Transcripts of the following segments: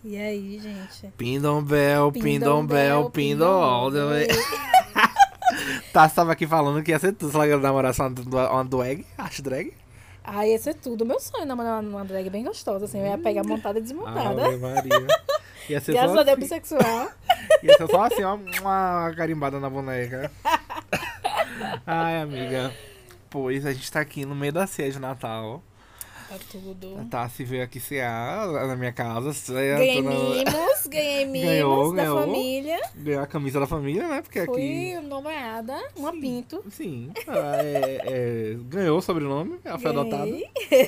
E aí, gente? Pindombel, Pindombel, Pindom all the way. Tá, você tava aqui falando que ia ser tu se ela namorasse uma drag, acho drag. Ah, ia ser tudo. Meu sonho namorar uma drag bem gostosa, assim. Eu ia pegar montada e desmontada. Ave Maria. Ia ser Graças só a Deus, assim, bissexual. ia ser só assim, ó, uma carimbada na boneca. Ai, amiga. Pois a gente tá aqui no meio da ceia de Natal. Tá tudo. Tá, se veio aqui cear na minha casa. Ganhei mimos Ganhou, da ganhou. família. Ganhou a camisa da família, né? Porque Fui aqui. nomeada, uma pinto. Sim. Ganhou o sobrenome, ela foi adotada. Ganhei.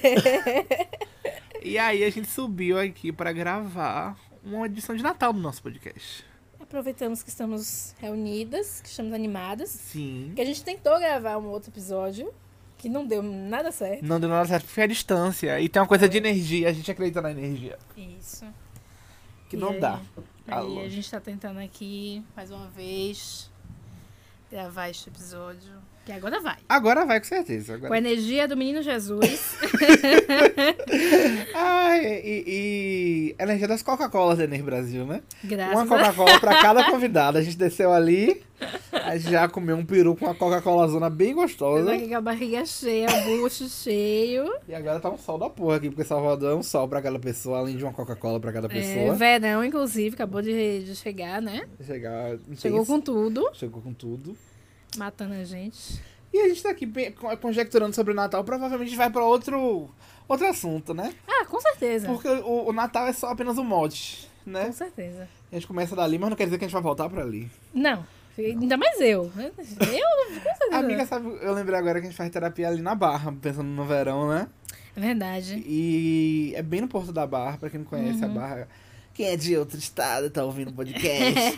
E aí a gente subiu aqui pra gravar uma edição de Natal do nosso podcast. Aproveitamos que estamos reunidas, que estamos animadas. Sim. Que a gente tentou gravar um outro episódio, que não deu nada certo. Não deu nada certo porque é a distância. E tem uma coisa de energia, a gente acredita na energia. Isso. Que E não aí? dá. Aí a gente tá tentando aqui, mais uma vez, gravar este episódio. Que agora vai. Agora vai, com certeza. Com a Agora... energia do Menino Jesus. E a energia das Coca-Colas da Ener Brasil, né? Graças Uma Coca-Cola pra cada convidado. A gente desceu ali, a gente já comeu um peru com uma Coca-Cola zona bem gostosa. a com a barriga cheia, o bucho cheio. E agora tá um sol da porra aqui, porque Salvador é um sol pra cada pessoa, além de uma Coca-Cola pra cada É, pessoa. verão, inclusive, acabou de chegar, né? Chegou com tudo, Chegou com tudo. matando a gente. E a gente tá aqui conjecturando sobre o Natal. Provavelmente a gente vai pra outro assunto, né? Ah, com certeza. Porque o Natal é só apenas um mote, né? Com certeza. A gente começa dali, mas não quer dizer que a gente vai voltar pra ali. Não, ainda mais eu. Eu, com certeza. Amiga, sabe, eu lembrei agora que a gente faz terapia ali na Barra, pensando no verão, né? É verdade. E é bem no Porto da Barra, pra quem não conhece a Barra. Quem é de outro estado tá ouvindo o podcast.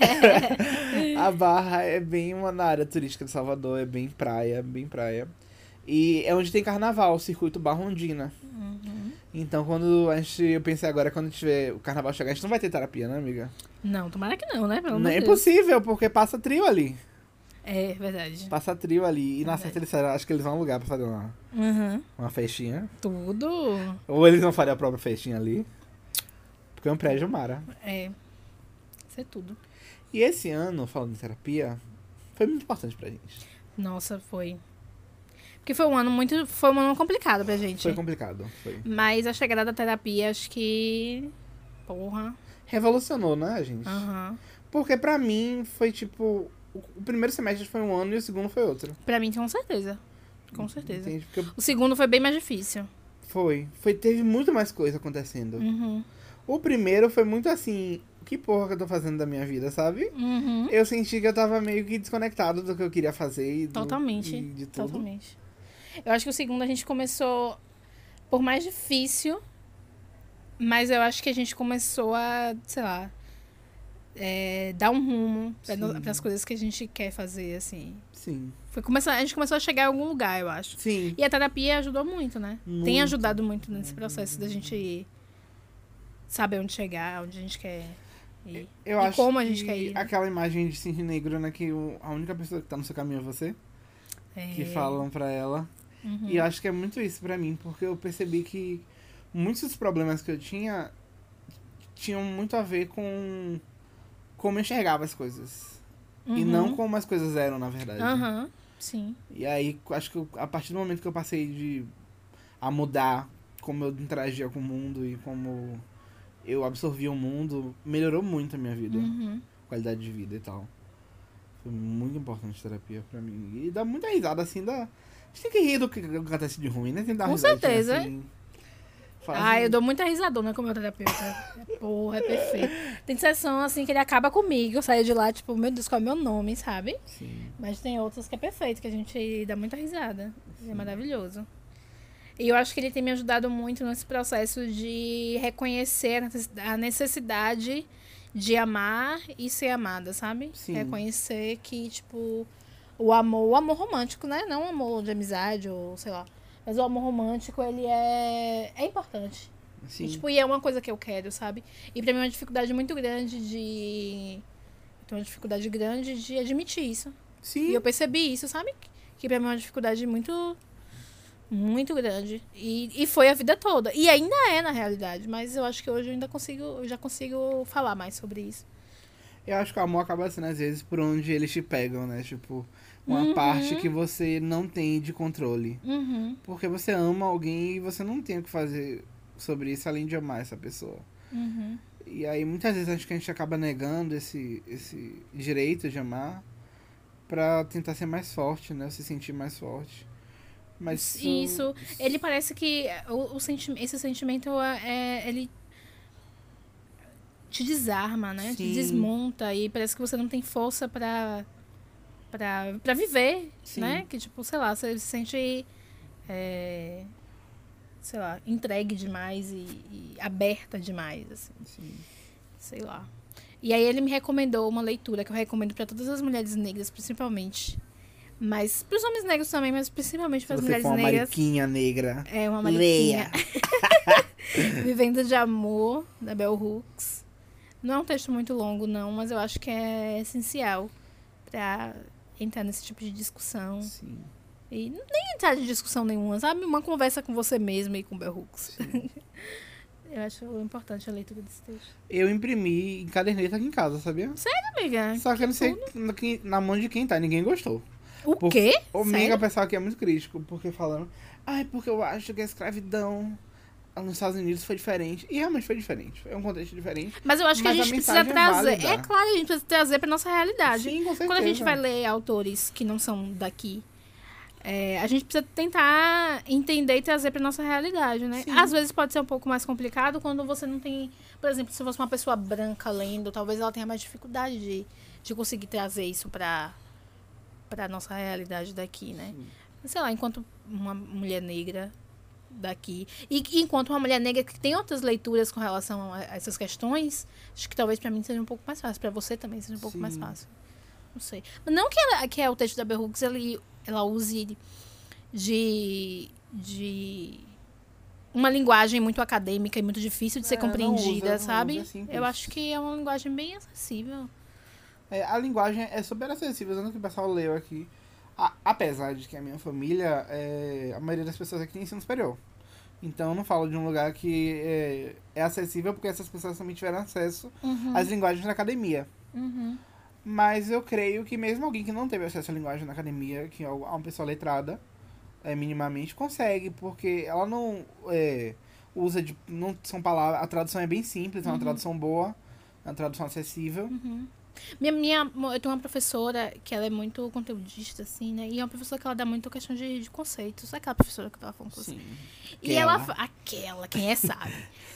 A Barra é bem uma área turística de Salvador, é bem praia, bem praia. E é onde tem carnaval, o circuito Barra Ondina. Então, eu pensei agora, quando tiver o carnaval chegar, a gente não vai ter terapia, né, amiga? Não, tomara que não, né? Pelo Não amor é de Deus. impossível, porque passa trio ali. É verdade. Passa trio ali. E na Verdade. certa eles acho que eles vão alugar pra fazer Uhum. uma festinha. Tudo. Ou eles vão fazer a própria festinha ali. Porque é um prédio Mara. É. Isso é tudo. E esse ano, falando de terapia, foi muito importante pra gente. Nossa, foi. Porque foi um ano complicado pra gente. Foi complicado, foi. Mas a chegada da terapia, acho que... Porra. Revolucionou, né, gente? Aham. Porque pra mim foi tipo... O primeiro semestre foi um ano e o segundo foi outro. Pra mim, com certeza. Com certeza. Entende? Porque O segundo foi bem mais difícil. teve muito mais coisa acontecendo. Uhum. O primeiro foi muito assim... Que porra que eu tô fazendo da minha vida, sabe? Uhum. Eu senti que eu tava meio que desconectado do que eu queria fazer e Totalmente. e de tudo. Totalmente. Eu acho que o segundo a gente começou por mais difícil, mas eu acho que a gente começou a, sei lá, dar um rumo para as coisas que a gente quer fazer, assim. Sim. A gente começou a chegar em algum lugar, eu acho. Sim. E a terapia ajudou muito, né? Tem Muito. ajudado muito nesse processo da gente saber onde chegar, onde a gente quer ir. Eu e acho como a que gente quer ir. Né? aquela imagem de cisne negro, né? Que a única pessoa que tá no seu caminho é você. Que falam pra ela. Uhum. E eu acho que é muito isso pra mim. Porque eu percebi que muitos dos problemas que eu tinha tinham muito a ver com como eu enxergava as coisas. E não como as coisas eram, na verdade. Aham, sim. E aí, acho que a partir do momento que eu passei a mudar como eu interagia com o mundo e como eu absorvia o mundo, melhorou muito a minha vida. Uhum. Qualidade de vida e tal. Foi muito importante a terapia pra mim. E dá muita risada, assim, A gente tem que rir do que acontece de ruim, né? Tem que dar Com risadinha, certeza. assim. Faz Eu dou muita risadona com o meu terapeuta. Porra, é perfeito. Tem sessão, assim, que ele acaba comigo. Eu saio de lá, tipo, meu Deus, qual é o meu nome, sabe? Sim. Mas tem outras que é perfeito, que a gente dá muita risada. É maravilhoso. E eu acho que ele tem me ajudado muito nesse processo de reconhecer a necessidade de amar e ser amada, sabe? Sim. Reconhecer que, tipo, o amor romântico, né? Não o amor de amizade ou sei lá. Mas o amor romântico, ele é importante. Sim. E, tipo, e é uma coisa que eu quero, sabe? E pra mim é uma dificuldade muito grande de... Tenho uma dificuldade grande de admitir isso. Sim. E eu percebi isso, sabe? Que pra mim é uma dificuldade muito Muito grande. E foi a vida toda. E ainda é, na realidade. Mas eu acho que hoje eu já consigo falar mais sobre isso. Eu acho que o amor acaba sendo, às vezes, por onde eles te pegam, né? Tipo, uma parte que você não tem de controle. Uhum. Porque você ama alguém e você não tem o que fazer sobre isso além de amar essa pessoa. Uhum. E aí, muitas vezes, acho que a gente acaba negando esse direito de amar pra tentar ser mais forte, né? Se sentir mais forte. Mas Isso. Ele parece que esse sentimento ele te desarma, né? Te Sim. desmonta e parece que você não tem força pra viver, Sim. né? Que, tipo, sei lá, você se sente, sei lá, entregue demais e aberta demais, assim. Sim. Sei lá. E aí ele me recomendou uma leitura que eu recomendo pra todas as mulheres negras, principalmente. Mas pros homens negros também, mas principalmente para as Se você mulheres for uma negras. mariquinha negra, É uma mariquinha. leia. Vivendo de Amor, da Bell Hooks. Não é um texto muito longo, não, mas eu acho que é essencial pra entrar nesse tipo de discussão. Sim. E nem entrar de discussão nenhuma, sabe? Uma conversa com você mesmo e com Bell Hooks. Eu acho importante a leitura desse texto. Eu imprimi em caderneta aqui em casa, sabia? Amiga, Só que eu não sei na mão de quem tá, ninguém gostou. o quê? O Sério? pessoal aqui é muito crítico, porque falando, porque eu acho que a escravidão nos Estados Unidos foi diferente. E realmente foi diferente. Foi um contexto diferente. Mas eu acho que a Mas a gente precisa mensagem é trazer. válida. É claro, a gente precisa trazer pra nossa realidade. Sim, com certeza. Quando a gente vai ler autores que não são daqui, a gente precisa tentar entender e trazer pra nossa realidade, né? Sim. Às vezes pode ser um pouco mais complicado quando você não tem... Por exemplo, se fosse uma pessoa branca lendo, talvez ela tenha mais dificuldade de conseguir trazer isso pra nossa realidade daqui, né? Sim. Sei lá, enquanto uma mulher negra daqui. E enquanto uma mulher negra que tem outras leituras com relação a essas questões, acho que talvez pra mim seja um pouco mais fácil. Pra você também seja um pouco Sim. mais fácil. Não sei. Mas não que é o texto da Bell Hooks, ela use de uma linguagem muito acadêmica e muito difícil de ser compreendida, não sabe? usa, é simples. Eu acho que é uma linguagem bem acessível. A linguagem é super acessível, usando o que o pessoal leu aqui. Apesar de que a minha família, a maioria das pessoas aqui tem ensino superior. Então eu não falo de um lugar que é acessível porque essas pessoas também tiveram acesso às linguagens da academia. Uhum. Mas eu creio que mesmo alguém que não teve acesso à linguagem da academia, que é uma pessoa letrada, minimamente, consegue, porque ela não usa de... Não são palavras... A tradução é bem simples, é uma tradução boa, é uma tradução acessível. Eu tenho uma professora que ela é muito conteudista, assim, né? E é uma professora que ela dá muito questão de conceitos. Sabe aquela professora que eu tava falando com você? Sim. E aquela, quem é sabe.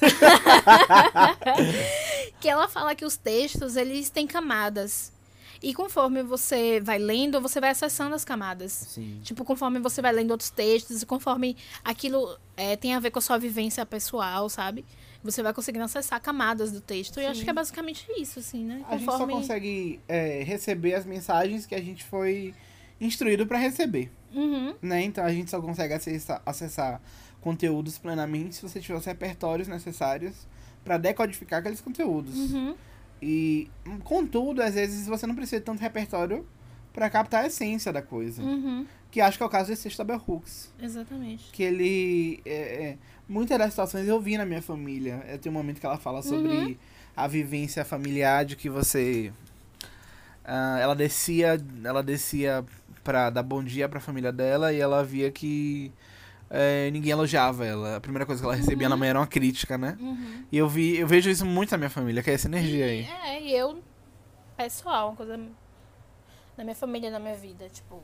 Que ela fala que os textos, eles têm camadas. E conforme você vai lendo, você vai acessando as camadas. Sim. Tipo, conforme você vai lendo outros textos, e conforme aquilo tem a ver com a sua vivência pessoal, sabe? Você vai conseguindo acessar camadas do texto. E eu acho que é basicamente isso, assim, né? A gente só consegue receber as mensagens que a gente foi instruído para receber. Uhum. Né? Então a gente só consegue acessar conteúdos plenamente se você tiver os repertórios necessários para decodificar aqueles conteúdos. Uhum. E, contudo, às vezes você não precisa de tanto repertório para captar a essência da coisa. Uhum. Que acho que é o caso desse texto da Bell Hooks. Exatamente. Que ele... muitas das situações eu vi na minha família. Tem um momento que ela fala sobre a vivência familiar, de que você... ela descia pra dar bom dia pra família dela e ela via que ninguém elogiava ela. A primeira coisa que ela recebia na manhã era uma crítica, né? Uhum. E eu vejo isso muito na minha família, que é essa energia aí. E eu, pessoal, uma coisa na minha família, na minha vida, tipo,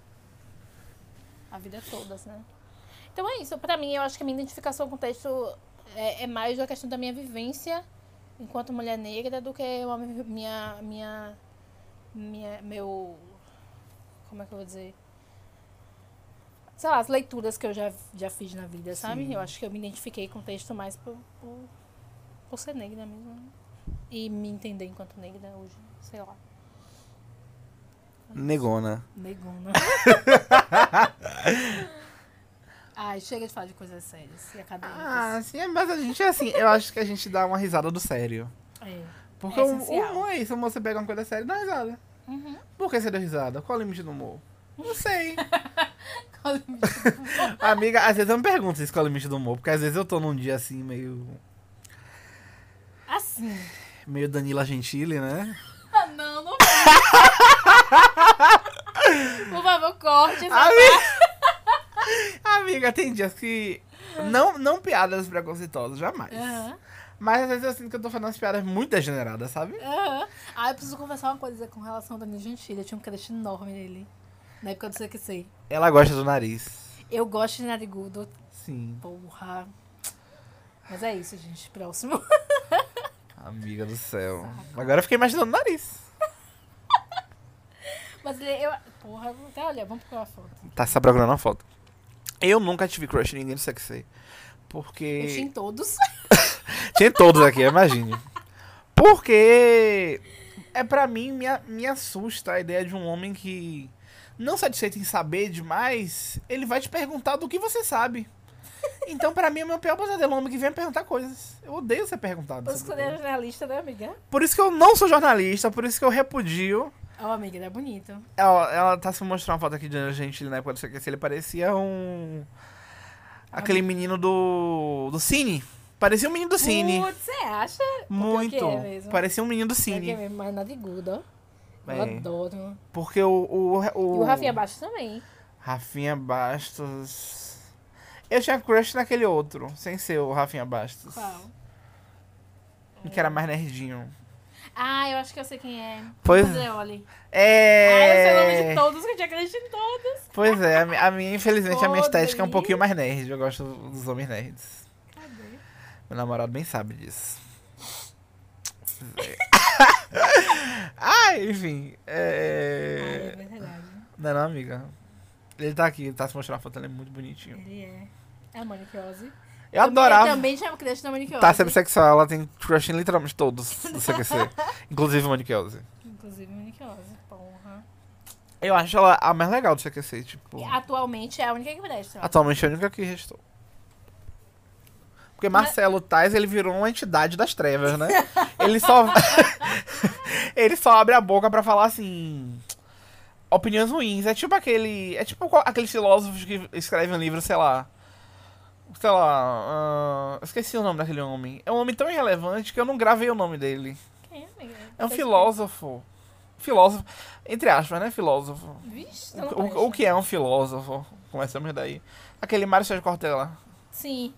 a vida toda, né? Então é isso, pra mim, eu acho que a minha identificação com o texto é mais da questão da minha vivência enquanto mulher negra do que meu, como é que eu vou dizer? Sei lá, as leituras que eu já fiz na vida, sabe? Sim. Eu acho que eu me identifiquei com o texto mais por ser negra mesmo. Né? E me entender enquanto negra hoje, sei lá. Negona. Negona. Ai, chega de falar de coisas sérias e acadêmicas. Sim, mas a gente é assim, eu acho que a gente dá uma risada do sério. Porque o humor é isso, você pega uma coisa séria e dá risada. Uhum. Por que você deu risada? Qual é o limite do humor? Não sei. limite do humor. Amiga, às vezes eu me pergunto se escola limite do humor, porque às vezes eu tô num dia assim, Assim. meio Danila Gentili, né? Ah, não Por favor, corte essa Amiga, tem dias que... Não piadas preconceituosas, jamais. Aham. Mas às vezes eu sinto que eu tô fazendo umas piadas muito degeneradas, sabe? Aham. Ah, eu preciso conversar uma coisa com relação ao Danilo Gentili. Eu tinha um crush enorme nele. Na época do CQC. Ela gosta do nariz. Eu gosto de narigudo. Sim. Porra. Mas é isso, gente. Próximo. Amiga do céu. Agora eu fiquei imaginando o nariz. Mas ele, porra, até olha, vamos procurar a foto. Tá se procurando uma foto. Eu nunca tive crush em ninguém do CQC. Porque... Eu tinha em todos. Tinha todos aqui, imagine. Porque pra mim, me assusta a ideia de um homem que, não satisfeito em saber demais, ele vai te perguntar do que você sabe. Então, pra mim, é o meu pior pesadelo, um homem que vem me perguntar coisas. Eu odeio ser perguntado. Por isso que você é jornalista, né, amiga? Por isso que eu não sou jornalista, por isso que eu repudio. Ó, amiga, ele é bonito. Ela tá se mostrando uma foto aqui de gente na época do CQC, ele parecia aquele menino do Cine. Parecia um menino do Cine. Putz, você acha? Muito. Pior que é mesmo. Parecia um menino do Pior que é Cine. mesmo, mas narigudo, ó. Eu É. adoro. Porque E o Rafinha Bastos também. Rafinha Bastos... Eu tinha crush naquele outro, sem ser o Rafinha Bastos. Qual? Que era mais nerdinho. Ah, eu acho que eu sei quem é. Pois- Andreoli. Ah, eu sei o nome de É... todos, que eu tinha crush em todos. Pois é, a minha, infelizmente, a minha estética é um Podre. pouquinho mais nerd. Eu gosto dos homens nerds. Cadê? Meu namorado bem sabe disso. Enfim. Ah, é verdade. Não é não, amiga? Ele tá aqui, ele tá se mostrando a foto, ele é muito bonitinho. Ele é. É a Monique Ozzy. Eu adorava. Eu também tinha crush na Monique Ozzy. Tá sendo sexual, ela tem crush em literalmente todos do CQC. Inclusive o Monique Ozzy. Inclusive Monique Ozzy. Porra. Eu acho ela a mais legal do CQC, tipo... E atualmente é a única que presta. Atualmente é a única que restou. Porque Marcelo Tais, ele virou uma entidade das trevas, né? Ele só... ele só abre a boca pra falar assim... Opiniões ruins. É tipo aqueles filósofos que escrevem um livro, sei lá... esqueci o nome daquele homem. É um homem tão irrelevante que eu não gravei o nome dele. Quem é, amiga? É um filósofo. Filósofo, entre aspas, né? Filósofo. Vixe, não O que é um filósofo? Começamos daí. Aquele Mário Sérgio Cortella. Sim.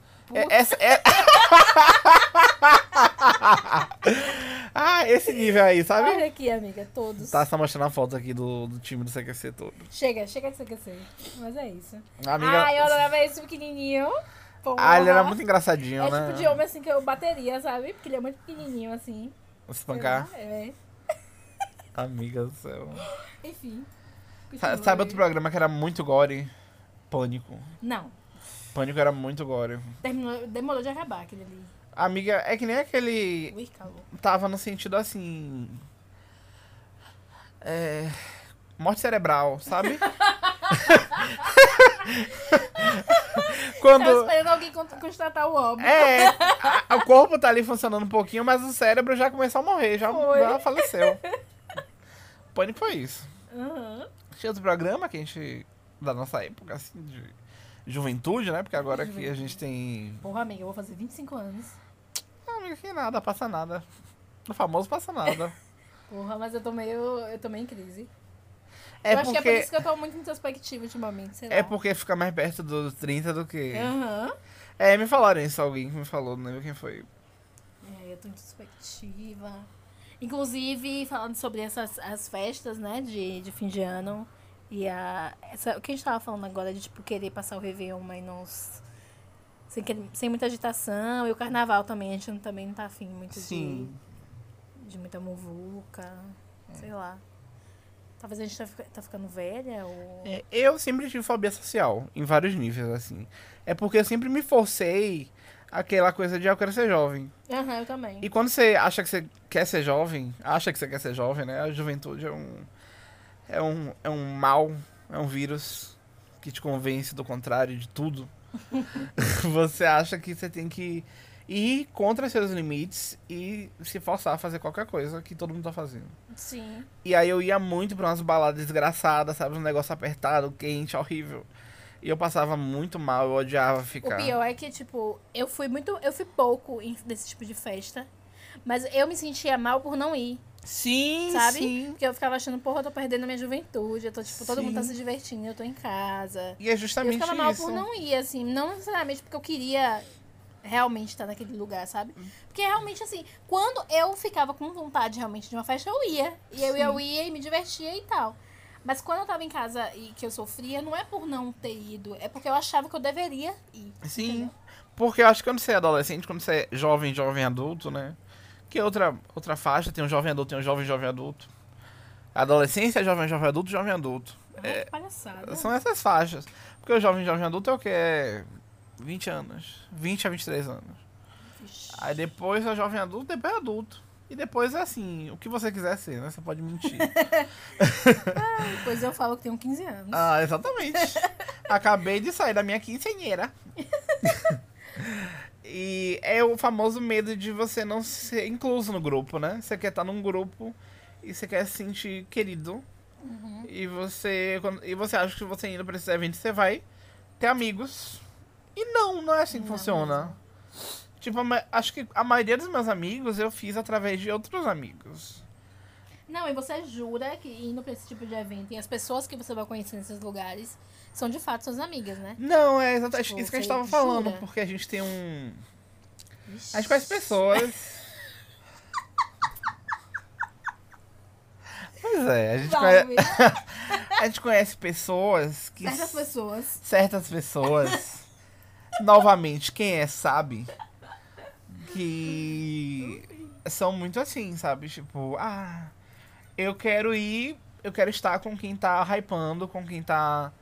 Esse nível aí, sabe? Olha aqui, amiga, todos. Tá só mostrando a foto aqui do time do CQC todo. Chega de CQC. Mas é isso. Amiga, Ai, eu adorava esse pequenininho. Porra. ele era muito engraçadinho, É né? tipo de homem assim que eu bateria, sabe? Porque ele é muito pequenininho assim. Espancar. Sei lá, é. Amiga do céu. Enfim. Sabe outro programa que era muito gore? Pânico. Não. Pânico era muito gore. Demorou de acabar aquele ali. Amiga, é que nem aquele... Ui, calor. Tava no sentido assim... Morte cerebral, sabe? Quando... Tava esperando alguém constatar o óbito. O corpo tá ali funcionando um pouquinho, mas o cérebro já começou a morrer, já faleceu. Pânico foi isso. Uhum. Tinha outro programa que a gente... Da nossa época, assim, de juventude, né? Porque agora que a gente tem... Porra, amiga, eu vou fazer 25 anos. Amiga, que nada, passa nada. O famoso passa nada. Porra, mas eu tô meio em crise. É eu acho que é por porque... isso que eu tô muito introspectiva ultimamente, sei lá. É porque fica mais perto dos 30 do que... Aham. Me falaram isso, alguém me falou, não lembro quem foi. Eu tô introspectiva. Inclusive, falando sobre as festas, né, de fim de ano. E o que a gente tava falando agora de, tipo, querer passar o Réveillon, mas sem muita agitação. E o Carnaval também, a gente também não tá afim muito Sim. de muita muvuca, sei lá. Talvez a gente tá ficando velha, ou... Eu sempre tive fobia social, em vários níveis, assim. É porque eu sempre me forcei aquela coisa de eu quero ser jovem. Aham, eu também. E quando você acha que você quer ser jovem, né? A juventude é um mal, é um vírus que te convence do contrário de tudo. Você acha que você tem que ir contra seus limites e se forçar a fazer qualquer coisa que todo mundo tá fazendo. Sim. E aí eu ia muito pra umas baladas desgraçadas, sabe? Um negócio apertado, quente, horrível. E eu passava muito mal, eu odiava O ficar. pior é que, tipo, eu fui pouco desse tipo de festa, mas eu me sentia mal por não ir, Sim, sabe? sim. Porque eu ficava achando, porra, eu tô perdendo minha juventude, eu tô, tipo, todo mundo tá Sim. se divertindo, eu tô em casa. E é Eu justamente ficava mal isso. por não ir, assim, não necessariamente porque eu queria realmente estar naquele lugar, sabe? Porque realmente, assim, quando eu ficava com vontade realmente de uma festa, eu ia. E eu ia e me divertia e tal. Mas quando eu tava em casa e que eu sofria, não é por não ter ido, é porque eu achava que eu deveria ir. Sim. Entendeu? Porque eu acho que quando você é adolescente, quando você é jovem, jovem adulto, né? Que é outra faixa, tem um jovem adulto, tem um jovem, jovem adulto. Adolescência, jovem, jovem adulto, jovem adulto. Ai, que palhaçada. São essas faixas. Porque o jovem, jovem adulto é o que? É 20 anos. 20 a 23 anos. Vixe. Aí depois é jovem adulto, depois é adulto. E depois é assim, o que você quiser ser, né? Você pode mentir. Depois eu falo que tenho 15 anos. Ah, exatamente. Acabei de sair da minha quinceanheira. E é o famoso medo de você não ser incluso no grupo, né? Você quer estar num grupo e você quer se sentir querido. E você acha que você indo pra esses eventos você vai ter amigos. E não é assim que Não funciona. mesmo. Tipo, acho que a maioria dos meus amigos eu fiz através de outros amigos. Não, e você jura que indo pra esse tipo de evento e as pessoas que você vai conhecer nesses lugares são de fato suas amigas, né? Não, é exatamente Tipo, isso que a gente você tava falando, jura? porque a gente tem um. Vixe. A gente conhece pessoas. Pois é, Sabe? a gente conhece pessoas que. Certas pessoas. Certas pessoas. Novamente, quem é sabe que são muito assim, sabe? Tipo, eu quero ir, eu quero estar com quem tá hypando, com quem tá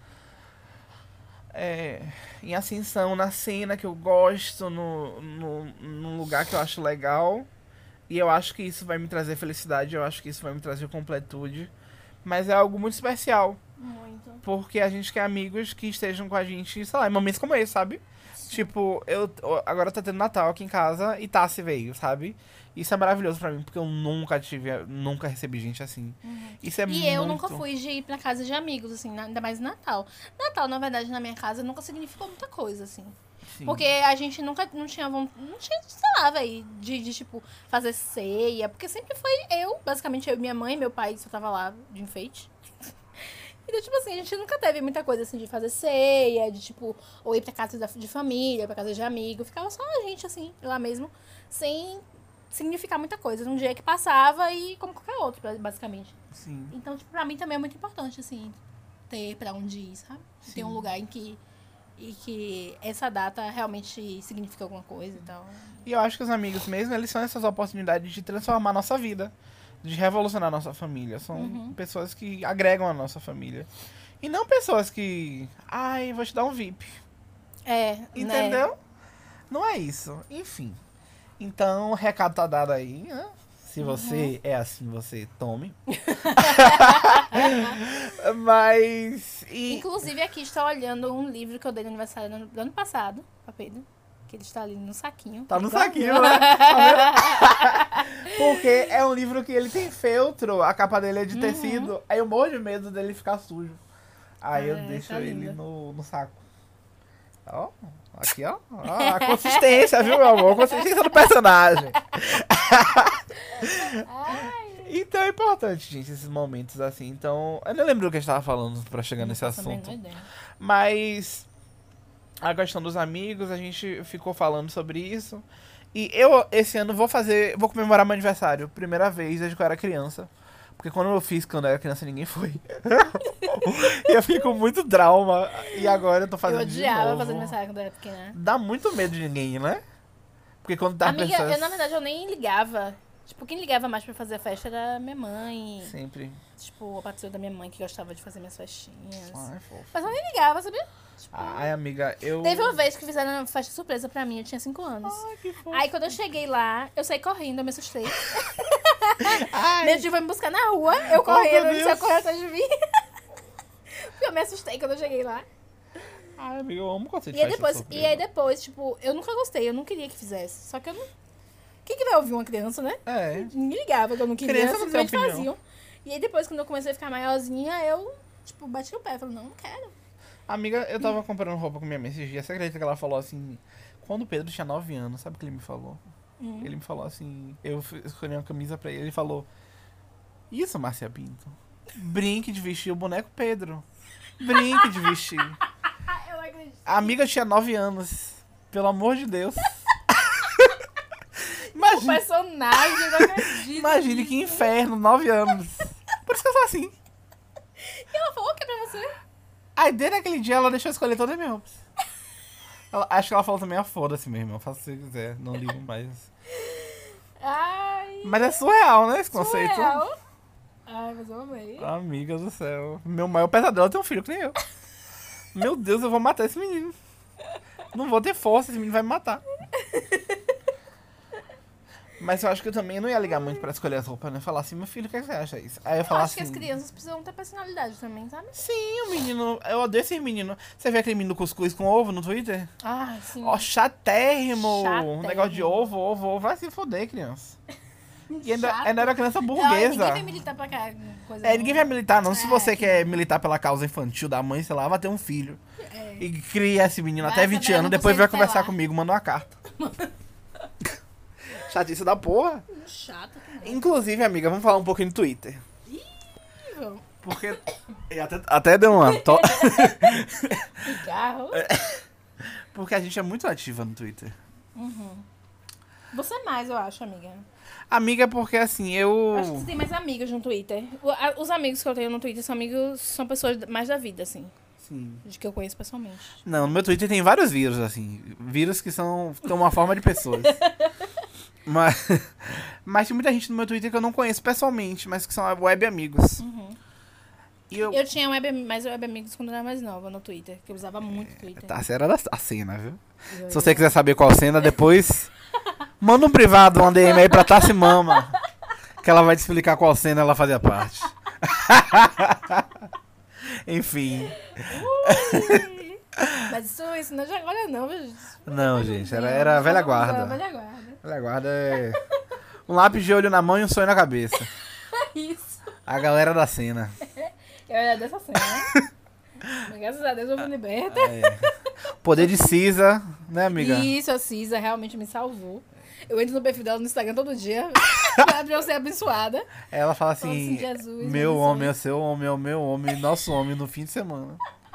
em ascensão, na cena que eu gosto, num lugar que eu acho legal. E eu acho que isso vai me trazer felicidade, eu acho que isso vai me trazer completude. Mas é algo muito especial, Muito. porque a gente quer amigos que estejam com a gente, sei lá, em momentos como esse, sabe? Tipo, agora tá tendo Natal aqui em casa e Tassi veio, sabe? Isso é maravilhoso pra mim, porque eu nunca recebi gente assim. Isso é muito... E eu nunca fui de ir pra casa de amigos, assim, ainda mais no Natal. Natal, na verdade, na minha casa nunca significou muita coisa, assim. Sim. Porque a gente nunca não tinha sei lá, velho, de tipo, fazer ceia. Porque sempre foi basicamente eu e minha mãe, meu pai só tava lá de enfeite. Então, tipo assim, a gente nunca teve muita coisa assim de fazer ceia, de tipo, ou ir pra casa de família, pra casa de amigo. Ficava só a gente, assim, lá mesmo, sem significar muita coisa. Um dia que passava e como qualquer outro, basicamente. Sim. Então, tipo, pra mim também é muito importante, assim, ter pra onde ir, sabe? Sim. Ter um lugar em que essa data realmente significa alguma coisa e tal. E eu acho que os amigos mesmo, eles são essas oportunidades de transformar a nossa vida, de revolucionar a nossa família. São pessoas que agregam a nossa família. E não pessoas que, vou te dar um VIP. Entendeu? Né? Não é isso. Enfim. Então, o recado tá dado aí, né? Se você é assim, você tome. Mas... Inclusive, aqui estou olhando um livro que eu dei no aniversário do ano passado, pra Pedro. Que ele está ali no saquinho. Tá no saquinho, né? Tá vendo? Porque é um livro que ele tem feltro, a capa dele é de tecido. Aí eu morro de medo dele ficar sujo. Aí eu deixo tá ele lindo. no saco. Ó, aqui, ó. A consistência, viu, meu amor? A consistência do personagem. Então é importante, gente, esses momentos assim. Então, eu não lembro o que a gente tava falando pra chegar nesse assunto. Mas a questão dos amigos, a gente ficou falando sobre isso. E eu, esse ano, vou comemorar meu aniversário. Primeira vez desde que eu era criança. Porque quando eu era criança, ninguém foi. E eu fiquei com muito trauma. E agora eu tô fazendo de novo. Eu odiava fazer aniversário quando eu era pequena. Dá muito medo de ninguém, né? Porque quando tá Amiga, pessoas... na verdade, eu nem ligava. Tipo, quem ligava mais pra fazer a festa era minha mãe. Sempre. Tipo, a patroa da minha mãe que gostava de fazer minhas festinhas. Ai, fofo. Mas eu nem ligava, sabia? Tipo, Ai, amiga, eu... teve uma vez que fizeram uma festa surpresa pra mim, eu tinha 5 anos. Ai, que fofo. Aí quando eu cheguei lá, eu saí correndo, eu me assustei. Ai. Meu tio foi me buscar na rua, eu correndo, meu ele Deus. saiu correndo atrás de mim. Porque eu me assustei quando eu cheguei lá. Ai, amiga, eu amo o conceito de E aí, festa depois, surpresa. tipo, eu nunca gostei, eu não queria que fizesse. Só que eu não... Quem que vai ouvir uma criança, né? É. Ninguém ligava que eu não queria, Criança não tem simplesmente opinião. faziam. E aí depois, quando eu comecei a ficar maiorzinha, eu, tipo, bati o pé. Falei, não quero. Amiga, eu tava comprando roupa com minha mãe esses dias. Você acredita que ela falou assim... Quando o Pedro tinha 9 anos, sabe o que ele me falou? Ele me falou assim... Eu escolhi uma camisa pra ele. Ele falou... Isso, Márcia Pinto. Brinque de vestir o boneco Pedro. Brinque de vestir. Eu não acredito. A amiga tinha 9 anos. Pelo amor de Deus. O Imagine, personagem, eu não acredito. imagine que inferno, 9 anos. Por isso que eu sou assim. E ela falou o que pra você? Aí, desde aquele dia, ela deixou eu escolher todas as minhas roupas. Acho que ela falou também, foda-se mesmo. Eu faço o que você quiser, não ligo mais. Ai, Mas é surreal, né, esse conceito? surreal. Ai, mas eu amei. Amiga do céu. Meu maior pesadelo é ter um filho que nem eu. Meu Deus, eu vou matar esse menino. Não vou ter força, esse menino vai me matar. Mas eu acho que eu também não ia ligar muito pra escolher as roupas, né? Falar assim, meu filho, o que, é que você acha isso? Aí eu Eu falar acho que assim... as crianças precisam ter personalidade também, sabe? Sim, o menino... Eu odeio esse menino. Você vê aquele menino cuscuz com ovo no Twitter? Ai, sim. Ó, chatérrimo. Chatérrimo. Negócio de ovo. Vai se foder, criança. E ainda Chato. era criança Ninguém burguesa. vai militar pra cá. Coisa Ninguém vai militar, não. Se É, você que quer militar pela causa infantil da mãe, sei lá, vai ter um filho. É. E cria esse menino Vai até 20 saber, anos, não depois consigo vai conversar falar. comigo, manda uma carta. Chatice da porra. Chato também. Inclusive, amiga, vamos falar um pouquinho do Twitter. Vamos. Porque. E até deu uma. Cigarro. Porque a gente é muito ativa no Twitter. Você é mais, eu acho, amiga. Amiga, porque assim, eu. Acho que você tem mais amigos no Twitter. Os amigos que eu tenho no Twitter são pessoas mais da vida, assim. Sim. De que eu conheço pessoalmente. Não, no meu Twitter tem vários vírus, assim. Vírus que são. Têm uma forma de pessoas. Mas tem muita gente no meu Twitter que eu não conheço pessoalmente, mas que são web amigos. E Eu tinha mais web amigos quando eu era mais nova no Twitter, que eu usava muito Twitter. Tá, essa era a cena, viu? Eu- Se você quiser saber qual cena, depois manda um privado, um DM aí pra Tassi Mama, que ela vai te explicar qual cena ela fazia parte. Enfim. Mas isso não é de agora não, viu? Não, gente, era a velha guarda. Velha guarda. Velha guarda é um lápis de olho na mão e um sonho na cabeça. Isso. A galera da cena. Eu era dessa cena, né? Mas graças a Deus eu fui liberta. Poder de Cisa, né, amiga? Isso, a Cisa realmente me salvou. Eu entro no perfil dela no Instagram todo dia pra eu ser abençoada. Ela fala Fala assim, assim, Jesus, meu abençoe. homem é seu homem, é o meu homem, nosso homem no fim de semana.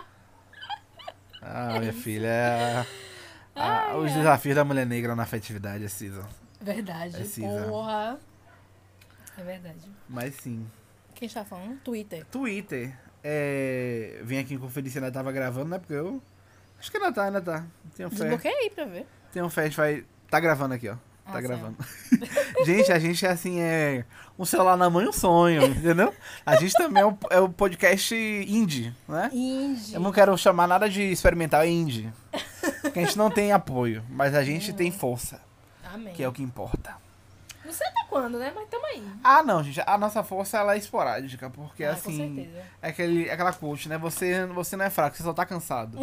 Ah, minha filha, os desafios da mulher negra na afetividade, é Cisa. Verdade, É Cisa. porra. É verdade. Mas sim. Quem está falando? Twitter. Twitter. Vim aqui conferir se ainda tava gravando, né? Porque eu... Acho que ainda tá. Tenho fé. Desbloqueei aí pra ver. Tenho fé, a gente vai... Tá gravando aqui, ó. Tá Ah, gravando. Gente, a gente assim um celular na mão e um sonho, entendeu? A gente também é o podcast indie, né? Indie. Eu não quero chamar nada de experimental, é indie. Porque a gente não tem apoio, mas a gente tem força, Amém. que é o que importa. Não sei até quando, né? Mas tamo aí. Ah, não, gente, a nossa força ela é esporádica, porque Com assim, certeza. é aquela coach, né? Você não é fraco, você só tá cansado.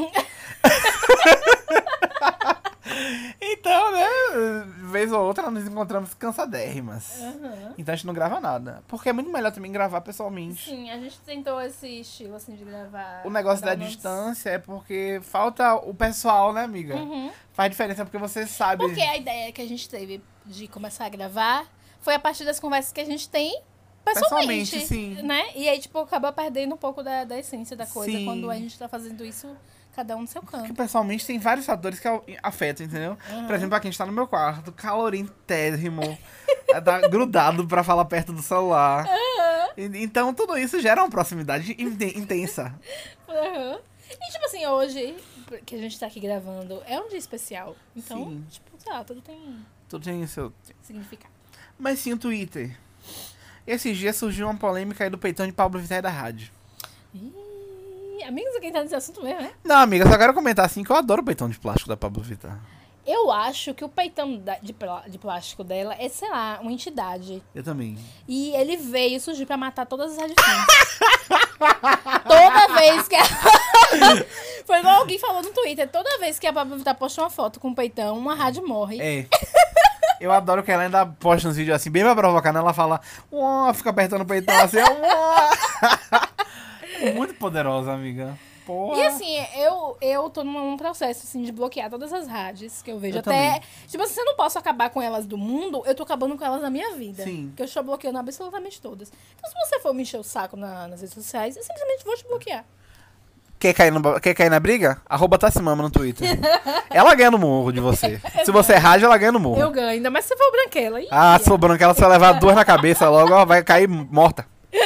Então, né, vez ou outra nós nos encontramos cansadérrimas. Aham. Então a gente não grava nada. Porque é muito melhor também gravar pessoalmente. Sim, a gente tentou esse estilo, assim, de gravar... O negócio da cada um distância é porque falta o pessoal, né, amiga? Uhum. Faz diferença porque você sabe. Porque a ideia que a gente teve de começar a gravar foi a partir das conversas que a gente tem pessoalmente. Pessoalmente, sim. Né? E aí, tipo, acaba perdendo um pouco da essência da coisa Sim. quando a gente tá fazendo isso, cada um no seu Porque canto. pessoalmente tem vários fatores que afetam, entendeu? Por exemplo, aqui a gente tá no meu quarto, calorintésimo, tá grudado pra falar perto do celular. Então tudo isso gera uma proximidade intensa. Uhum. E, tipo assim, hoje, que a gente tá aqui gravando, é um dia especial. Então, Sim. tipo, sei lá, tudo tem Tudo tem seu. significado. Mas sim, o Twitter. Esses dias surgiu uma polêmica aí do peitão de Pablo Vittar e da rádio. Ih, amigos, quem tá nesse assunto mesmo, né? Não, amiga, só quero comentar assim que eu adoro o peitão de plástico da Pablo Vittar. Eu acho que o peitão de plástico dela é, sei lá, uma entidade. Eu também. E ele veio surgir pra matar todas as radiofontes. Toda vez que Foi igual alguém falou no Twitter. Toda vez que a Pablo Vittar posta uma foto com um peitão, uma rádio morre. É. Eu adoro que ela ainda posta uns vídeos assim, bem pra provocar, né? Ela fala, uó, fica apertando o peitão assim, uó. É muito poderosa, amiga. porra. E assim, eu tô num processo, assim, de bloquear todas as rádios que eu vejo. Eu Até, também. tipo assim, se eu não posso acabar com elas do mundo, eu tô acabando com elas na minha vida. Sim. Porque eu estou bloqueando absolutamente todas. Então, se você for me encher o saco nas redes sociais, eu simplesmente vou te bloquear. Quer cair na briga? @Tassimama no Twitter. Ela ganha no morro de você. Se você é rádio, ela ganha no morro. Eu ganho, ainda mais se for o branquela. Ih, Ah, se for branquela, você vai levar 2 na cabeça logo, ela vai cair morta.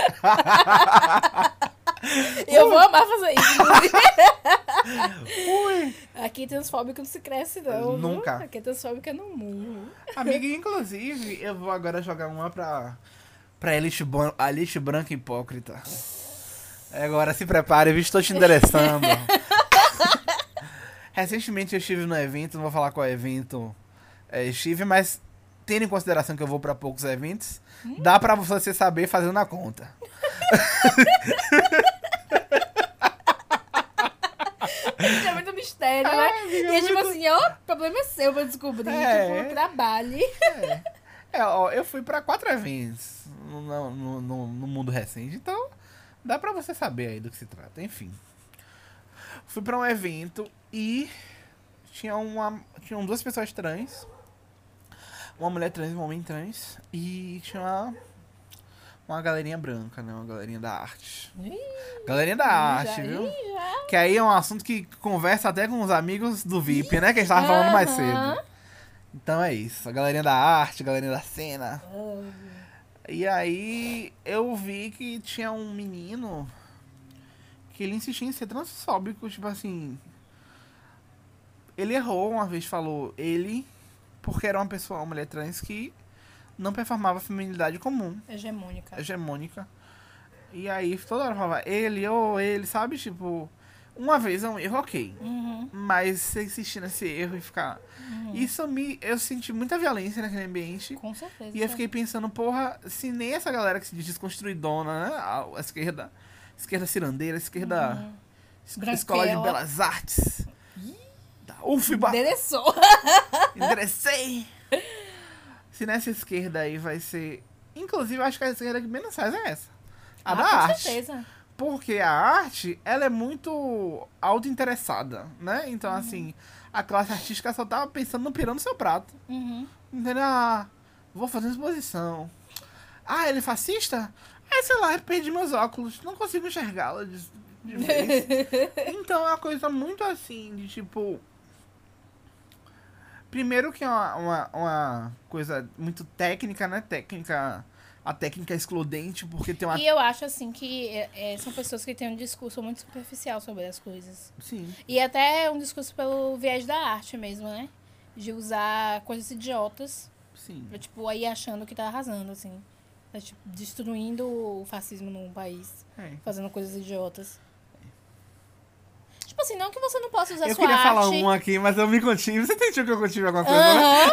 eu vou amar fazer isso. Ui. Aqui transfóbico não se cresce, não. viu? Nunca. Aqui transfóbica no murro. Amiga, inclusive, eu vou agora jogar uma pra elite branca hipócrita. Agora se prepare, eu estou te endereçando. Recentemente eu estive no evento, não vou falar qual evento estive, mas tendo em consideração que eu vou pra poucos eventos, dá pra você saber fazendo a conta. É muito mistério, né? amiga, E é tipo muito- assim, ó, o problema é seu pra descobrir. É. Tipo, trabalhe. Ó, eu fui pra 4 eventos no mundo recente, então dá pra você saber aí do que se trata. Enfim. Fui pra um evento e tinham 2 pessoas trans. Uma mulher trans e um homem trans. E tinha uma galerinha branca, né? Uma galerinha da arte. Galerinha da arte, viu? Já. Que aí é um assunto que conversa até com os amigos do VIP, né? Que a gente tava falando mais Aham. cedo. Então é isso. A galerinha da arte, a galerinha da cena. E aí eu vi que tinha um menino que ele insistia em ser transfóbico, tipo assim. Ele errou uma vez, falou ele, porque era uma mulher trans que não performava a feminilidade comum, hegemônica. E aí toda hora falava ele ou ele, sabe? Tipo, uma vez é um erro, ok. Uhum. Mas você insistir nesse erro e ficar. Eu senti muita violência naquele ambiente. Com certeza. E eu fiquei pensando, porra, se nem essa galera que se diz desconstruidona, né? A esquerda cirandeira, a esquerda Escola de Branquela. Belas Artes, da UFBA, Endereçou. enderecei. Se nessa esquerda aí vai ser... Inclusive, eu acho que a esquerda que menos faz é essa. A da com arte. certeza. Porque a arte, ela é muito autointeressada, né? Então, assim, a classe artística só tava pensando no pirão no seu prato. Uhum. Entendeu? Ah, vou fazer uma exposição. Ah, ele é fascista? Ah, sei lá, eu perdi meus óculos. Não consigo enxergá-la de vez. Então é uma coisa muito assim, de tipo... Primeiro que é uma coisa muito técnica, né? A técnica é excludente, porque tem uma... E eu acho, assim, que são pessoas que têm um discurso muito superficial sobre as coisas. Sim. E até um discurso pelo viés da arte mesmo, né? De usar coisas idiotas, Sim. pra, tipo, aí achando que tá arrasando, assim. Tá, tipo, destruindo o fascismo num país, É. fazendo coisas idiotas. Tipo assim, não que você não possa usar Eu sua queria arte... falar um aqui, mas eu me contive. Você sentiu que eu contive alguma coisa, né?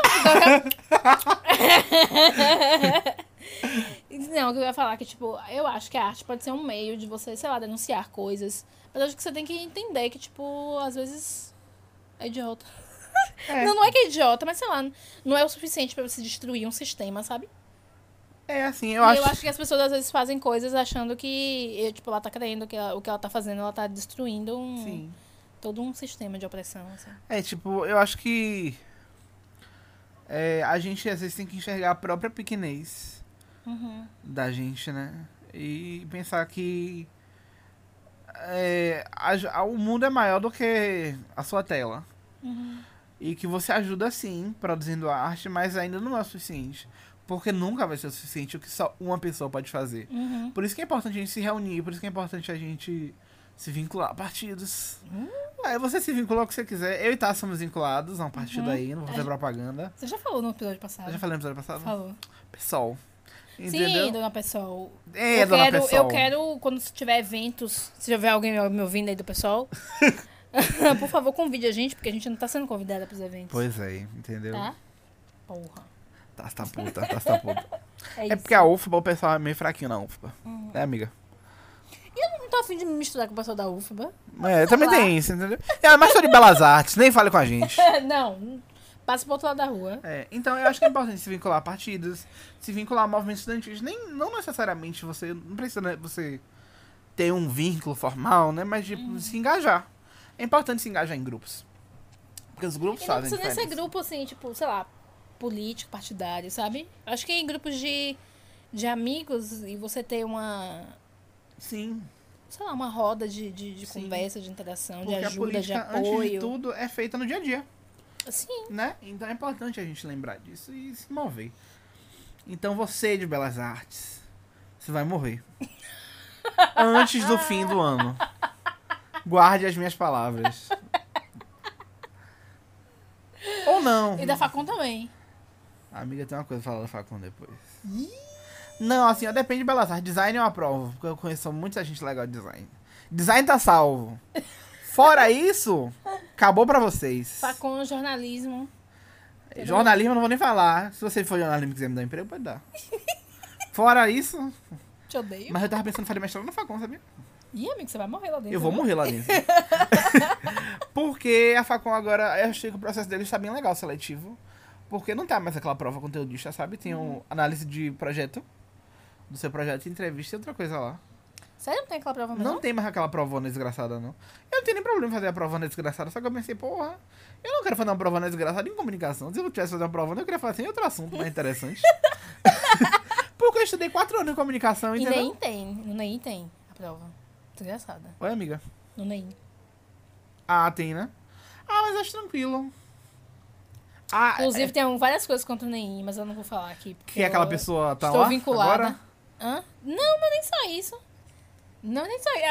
Não, o que eu ia falar é que, tipo, eu acho que a arte pode ser um meio de você, sei lá, denunciar coisas. Mas eu acho que você tem que entender que, tipo, às vezes é idiota. É. Não é que é idiota, mas sei lá, não é o suficiente pra você destruir um sistema, sabe? É assim, E eu acho... eu acho que as pessoas às vezes fazem coisas achando que, tipo, ela tá crendo que o que ela tá fazendo, ela tá destruindo Sim. todo um sistema de opressão, assim. É, tipo, eu acho que a gente às vezes tem que enxergar a própria pequenez Uhum. da gente, né? E pensar que o mundo é maior do que a sua tela. Uhum. E que você ajuda sim, produzindo arte, mas ainda não é o suficiente. Porque nunca vai ser o suficiente o que só uma pessoa pode fazer. Uhum. Por isso que é importante a gente se reunir, por isso que é importante a gente se vincular a partidos. Aí você se vincula ao que você quiser. Eu e Tá somos vinculados a um partido aí, não vou fazer propaganda. Você já falou no episódio passado. Eu já falei no episódio passado? Falou. PSOL. Sim, Entendeu? dona Pessoal. É, dona PSOL. Eu quero, quando tiver eventos, se tiver alguém me ouvindo aí do pessoal, por favor, convide a gente, porque a gente não tá sendo convidada pros eventos. Pois é, entendeu? Tá? Porra. Tá puta. É É isso. porque a UFBA, o pessoal é meio fraquinho na UFBA. Né, amiga? Eu não tô afim de me misturar com o pessoal da UFBA. Também lá. tem isso, entendeu? Mas sou de Belas Artes, nem fale com a gente. Não, passa pro outro lado da rua. Então eu acho que é importante se vincular a partidos, se vincular a movimentos estudantis. Não necessariamente você. Não precisa, né, você ter um vínculo formal, né? Mas, tipo, se engajar. É importante se engajar em grupos. Porque os grupos E não fazem precisa nem ser diferença. grupo, assim, tipo, sei lá, político, partidário, sabe? Acho que em grupos de amigos e você ter uma, Sim. sei lá, uma roda de Sim. conversa, de interação, Porque de a ajuda, de política, antes de apoio. tudo, é feita no dia a dia, Sim. né? Então é importante a gente lembrar disso e se mover. Então você de Belas Artes, você vai morrer. Antes do fim do ano. Guarde as minhas palavras. Ou não. E da Facom também. A amiga tem uma coisa pra falar da Facom depois. Não, assim, ó, depende de Belas Artes. Design eu aprovo, porque eu conheço muita gente legal de design. Design tá salvo. Fora isso, acabou pra vocês. Facom, jornalismo. Jornalismo eu não vou nem falar. Se você for jornalismo e quiser me dar um emprego, pode dar. Fora isso... Te odeio. Mas eu tava pensando em fazer mestrado na Facom, sabia? Ih, amigo, você vai morrer lá dentro. Eu vou viu? morrer lá dentro. Porque a Facom agora, eu achei que o processo deles está bem legal, seletivo. Porque não tá mais aquela prova conteudista, sabe? Tem análise de projeto. Do seu projeto, entrevista e outra coisa lá. Sério? Não tem aquela prova mais Não tem mais aquela provona desgraçada, não. Eu não tenho nem problema em fazer a provona desgraçada, só que eu pensei, porra, eu não quero fazer uma provona desgraçada em comunicação. Se eu tivesse fazer uma provona, eu queria fazer em outro assunto mais interessante. Porque eu estudei 4 anos em comunicação, E entendeu? nem tem. No NEI tem a prova. Desgraçada. Oi, amiga. No NEI. Ah, tem, né? Ah, mas acho tranquilo. Ah, Inclusive, tem várias coisas contra o NEI, mas eu não vou falar aqui. Porque que é aquela eu pessoa tá estou lá vinculada. agora? Hã? Não, mas nem só isso. Não, nem só isso.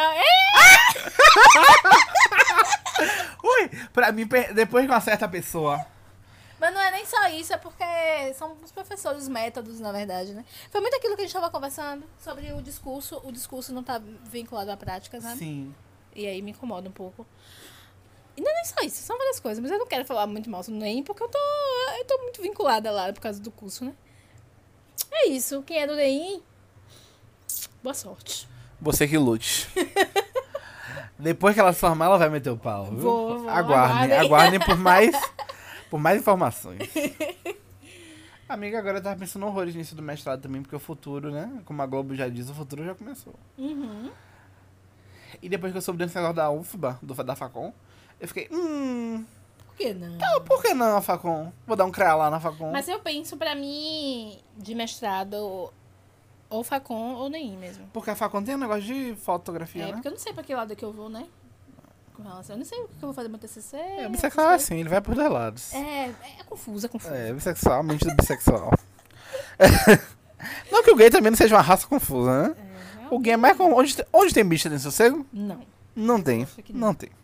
Ui, pra mim, depois que uma certa pessoa... Mas não é nem só isso, é porque são os professores, os métodos, na verdade, né? Foi muito aquilo que a gente tava conversando sobre o discurso não tá vinculado à prática, sabe? Sim. E aí me incomoda um pouco. E não é nem só isso, são várias coisas, mas eu não quero falar muito mal sobre o NEM, porque eu tô muito vinculada lá por causa do curso, né? É isso, quem é do NEM, boa sorte. Você que lute. Depois que ela se formar, ela vai meter o pau, viu? Vou, Aguardem, aguardem por mais informações. Amiga, agora eu tava pensando horrores nisso do mestrado também, porque o futuro, né? Como a Globo já diz, o futuro já começou. Uhum. E depois que eu soube desse negócio da UFBA, da Facom, eu fiquei, Por que não? por que não a Facom? Vou dar um CREA lá na Facom. Mas eu penso, pra mim, de mestrado, ou Facom ou NEM mesmo. Porque a Facom tem um negócio de fotografia, né? Porque eu não sei pra que lado que eu vou, né? Com relação, eu não sei o que eu vou fazer no meu TCC. É, essas bissexual é coisas. assim, ele vai por dois lados. É confuso, é confuso. É, bissexual, mente do bissexual. Não que o gay também não seja uma raça confusa, né? O gay é mais como... Onde tem bicha tem sossego? Não. Não tem. acho que não. Não tem.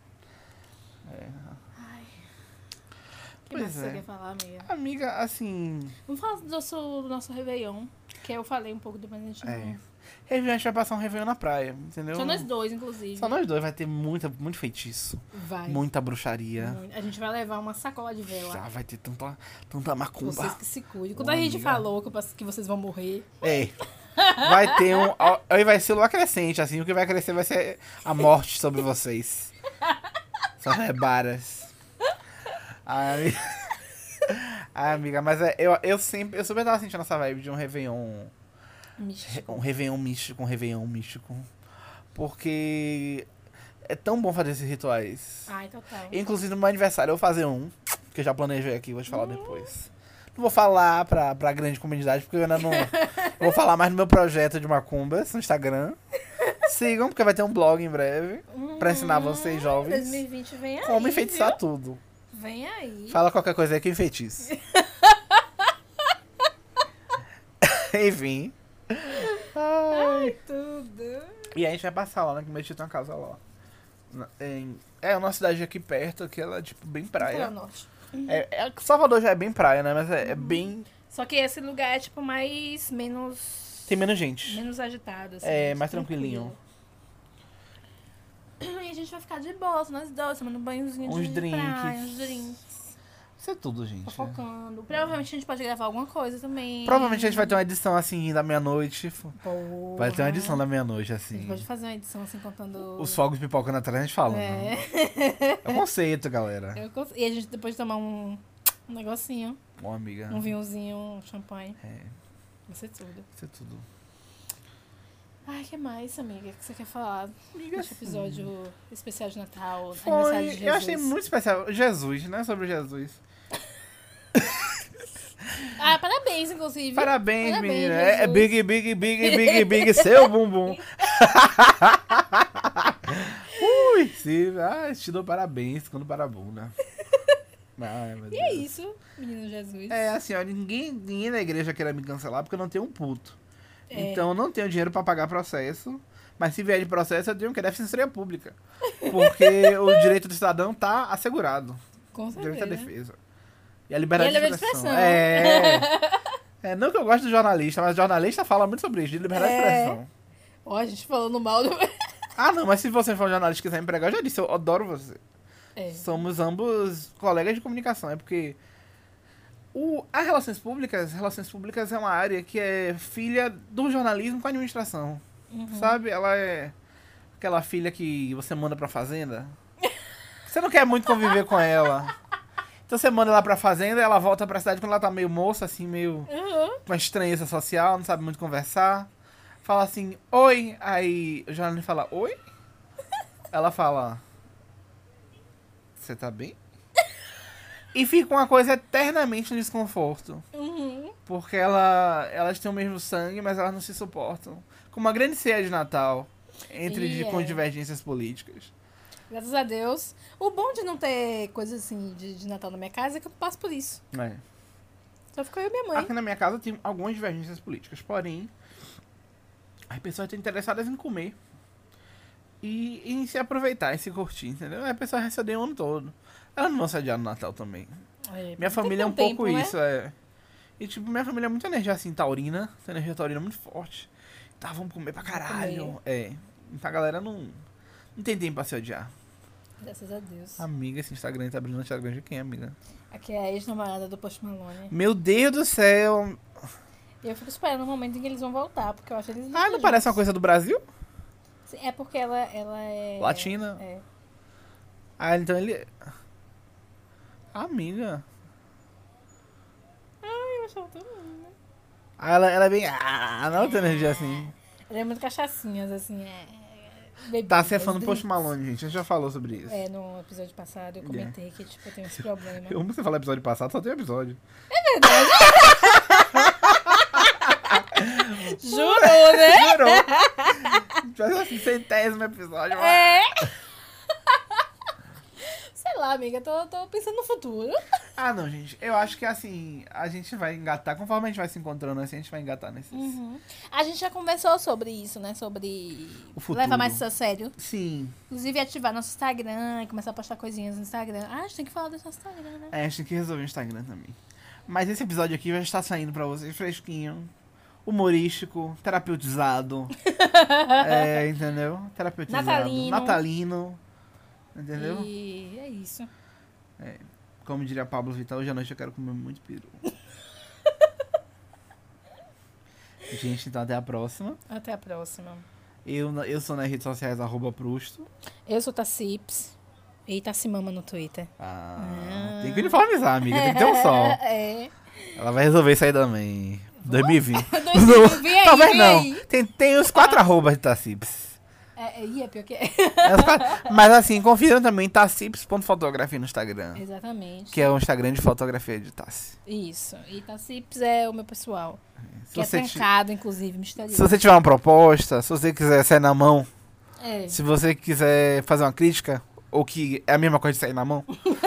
O que Pois mais você é. quer falar, amiga? Amiga, assim... Vamos falar do nosso Réveillon, que eu falei um pouco, depois a gente não... Réveillon, a gente vai passar um Réveillon na praia, entendeu? Só nós dois, inclusive. Só nós dois. Vai ter muito feitiço. Vai. Muita bruxaria. A gente vai levar uma sacola de vela. Já vai ter tanta macumba. Vocês que se cuidem. Quando Ô, a gente amiga. falou que vocês vão morrer... É. Vai ter aí vai ser lua crescente, assim. O que vai crescer vai ser a morte sobre vocês. São rebaras. Ai, amiga, mas eu super tava sentindo essa vibe de um Réveillon. Místico. Um Réveillon místico. Porque é tão bom fazer esses rituais. Ai, total. Inclusive no meu aniversário eu vou fazer um, que eu já planejei aqui, vou te falar depois. Não vou falar pra grande comunidade, porque eu ainda não... eu vou falar mais no meu projeto de macumbas no Instagram. Sigam, porque vai ter um blog em breve, pra ensinar vocês jovens 2020 vem aí, como enfeitiçar viu? tudo. Vem aí. Fala qualquer coisa aí que eu enfeitiço. Enfim. Ai, tudo. E a gente vai passar lá, né? Que meu tio tem uma casa lá. É uma cidade aqui perto, que ela é tipo bem praia. Litoral Norte. Salvador já é bem praia, né? Mas é bem... Só que esse lugar é tipo menos Tem menos gente. menos agitado, assim, É, mais tranquilinho. tranquilo. E a gente vai ficar de boa, nós dois, tomando um banhozinho Uns de drinks. praia, uns drinks, Isso é tudo, gente. fofocando. Provavelmente a gente pode gravar alguma coisa também. Provavelmente a gente vai ter uma edição assim da meia-noite. Porra. Vai ter uma edição da meia-noite, A gente assim. pode fazer uma edição assim contando... Os fogos pipocando atrás, a gente fala. Né? É um conceito, galera. E a gente depois tomar um negocinho, Bom, amiga. um vinhozinho, um champanhe. É, Vai ser tudo. isso é tudo. Ai, que mais, amiga, que você quer falar? Amiga, Neste episódio especial de Natal, foi, aniversário de Jesus. eu achei muito especial. Jesus, né? Sobre Jesus. Ah, parabéns, inclusive. Parabéns, menina. Jesus. É big, big, big, big, big, seu bumbum. Ui, sim. Ah, te dou parabéns quando para a bunda. Ai, meu E é Deus. isso, menino Jesus. É assim, ó, ninguém na igreja queira me cancelar porque eu não tenho um puto. É. Então eu não tenho dinheiro pra pagar processo. Mas se vier de processo, eu tenho que dar defensoria pública. Porque o direito do cidadão tá assegurado. Com O direito à certeza. defesa. E a liberdade E a de liberdade de expressão. expressão. Não que eu gosto do jornalista, mas o jornalista fala muito sobre isso, de liberdade de expressão. Ó, a gente falando mal do... Ah, não, mas se você for um jornalista e quiser me pregar, eu já disse, eu adoro você. É. Somos ambos colegas de comunicação, é porque as relações públicas é uma área que é filha do jornalismo com a administração, sabe? Ela é aquela filha que você manda pra fazenda. Você não quer muito conviver com ela. Então você manda ela pra fazenda, ela volta pra cidade quando ela tá meio moça, assim, meio com uma estranheza social, não sabe muito conversar. Fala assim, oi, aí o jornalista fala, oi? Ela fala... Você tá bem? E fica uma coisa eternamente no desconforto. Porque elas têm o mesmo sangue, mas elas não se suportam. Com uma grande ceia de Natal, com divergências políticas. Graças a Deus. O bom de não ter coisa assim de Natal na minha casa é que eu passo por isso. É. Só ficou eu e minha mãe. Aqui na minha casa tem algumas divergências políticas, porém, as pessoas estão interessadas em comer. E em se aproveitar e se curtir, entendeu? Aí a pessoa recebe o ano todo. Elas não vão se adiar no Natal também. Minha família é um pouco tempo, né? isso, é. E tipo, minha família é muito energia assim, taurina. Tem energia taurina muito forte. Tá, vamos comer pra caralho. É. Então a galera não tem tempo pra se odiar. Graças a Deus. Amiga, esse Instagram tá abrindo o Instagram de quem, amiga? Aqui é a ex-namorada do Post Malone. Meu Deus do céu. E eu fico esperando o momento em que eles vão voltar, porque eu acho eles Ah, não parece uma coisa do Brasil? É porque ela é... Latina? É. Ah, então ele... Amiga. Ai, eu achava tão linda. Ah, ela é bem... Ah, não tem energia assim. Ela é muito cachaçinhas, assim, bebidas, Tá, você é fã do drinks. Post Malone, gente. A gente já falou sobre isso. É, no episódio passado eu comentei que, tipo, eu tenho esse problema. Eu amo você falar episódio passado, só tem episódio. Jurou, né? Jurou. Faz assim, 100º episódio. É. Sei lá, amiga, tô pensando no futuro. Ah, não, gente. Eu acho que assim, a gente vai engatar. Conforme a gente vai se encontrando assim, a gente vai engatar nesses. A gente já conversou sobre isso, né? Sobre O futuro. levar mais isso a sério. Sim. Inclusive ativar nosso Instagram e começar a postar coisinhas no Instagram. Ah, a gente tem que falar do nosso Instagram, né? É, a gente tem que resolver o Instagram também. Mas esse episódio aqui vai estar saindo pra vocês fresquinho, humorístico, terapeutizado. Entendeu? Terapeutizado. Natalino. Entendeu? E é isso. Como diria Pablo Vittar, hoje à noite eu quero comer muito peru. Gente, então até a próxima. Até a próxima. Eu sou nas redes sociais, @Prusto. Eu sou Tacips. E Tacimama no Twitter. Tem que uniformizar, amiga. Tem que ter um só. É. Ela vai resolver isso aí também. 2020. 2020, vem aí, Talvez vem não. aí. Tem os 4 arrobas de Tacips. É pior que é. Mas assim, confiram também tacips.fotografia no Instagram. Exatamente. Que é o Instagram de fotografia de Tassi. Isso. E Tacips é o meu pessoal. Se Que é você, trancado, inclusive, misterioso. se você tiver uma proposta, se você quiser sair na mão, É. se você quiser fazer uma crítica, ou que é a mesma coisa de sair na mão,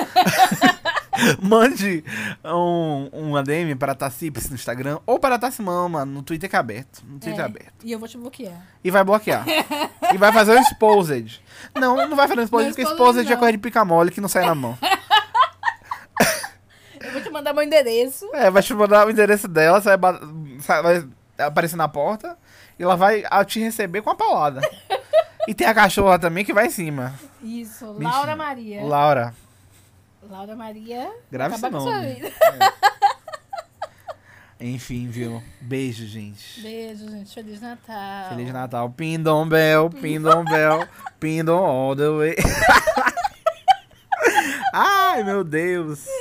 mande um ADM para Tacips no Instagram ou para Tassimama no Twitter que é aberto. No Twitter é aberto. E eu vou te bloquear. E vai bloquear. E vai fazer o exposed. Não vai fazer o exposed, Não, porque exposed exposed é não. coisa de pica-mole que não sai na mão. Eu vou te mandar meu endereço. Vai te mandar o endereço dela, você vai aparecer na porta e ela vai te receber com a paulada. E tem a cachorra também que vai em cima. Isso. Mentira. Laura Maria. Laura. Laura Maria. Grave esse acabar com sua nome. vida. Enfim, viu? Beijo, gente. Beijo, gente. Feliz Natal. Feliz Natal. Pindom Bell, Pindom Bell, Pindom all the way. Ai, meu Deus.